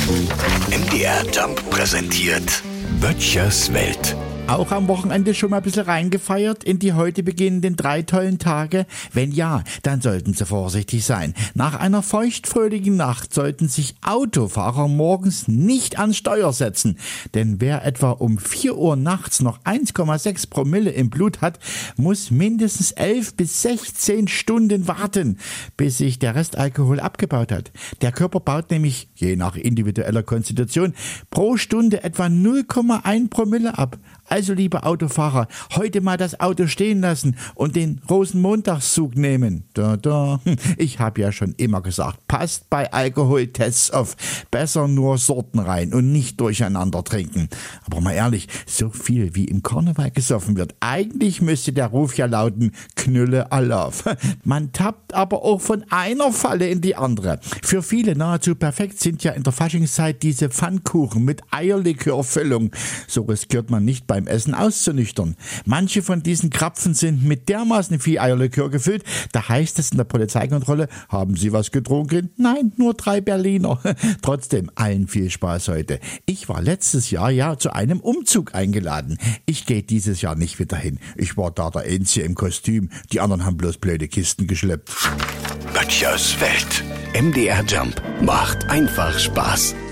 MDR Jump präsentiert Böttchers Welt. Auch am Wochenende schon mal ein bisschen reingefeiert in die heute beginnenden 3 tollen Tage? Wenn ja, dann sollten Sie vorsichtig sein. Nach einer feuchtfröhlichen Nacht sollten sich Autofahrer morgens nicht ans Steuer setzen. Denn wer etwa um 4 Uhr nachts noch 1,6 Promille im Blut hat, muss mindestens 11 bis 16 Stunden warten, bis sich der Restalkohol abgebaut hat. Der Körper baut nämlich, je nach individueller Konstitution, pro Stunde etwa 0,1 Promille ab. Also, liebe Autofahrer, heute mal das Auto stehen lassen und den Rosenmontagszug nehmen. Ich habe ja schon immer gesagt, passt bei Alkoholtests auf. Besser nur Sorten rein und nicht durcheinander trinken. Aber mal ehrlich, so viel wie im Karneval gesoffen wird, eigentlich müsste der Ruf ja lauten, Knülle Alauf. Man tappt aber auch von einer Falle in die andere. Für viele nahezu perfekt sind ja in der Faschingszeit diese Pfannkuchen mit Eierlikörfüllung. So riskiert man nicht beim Essen auszunüchtern. Manche von diesen Krapfen sind mit dermaßen viel Eierlikör gefüllt, da heißt es in der Polizeikontrolle, haben Sie was getrunken? Nein, nur 3 Berliner. Trotzdem, allen viel Spaß heute. Ich war letztes Jahr ja zu einem Umzug eingeladen. Ich gehe dieses Jahr nicht wieder hin. Ich war da der Einzige im Kostüm. Die anderen haben bloß blöde Kisten geschleppt. Böttchers Welt. MDR Jump macht einfach Spaß.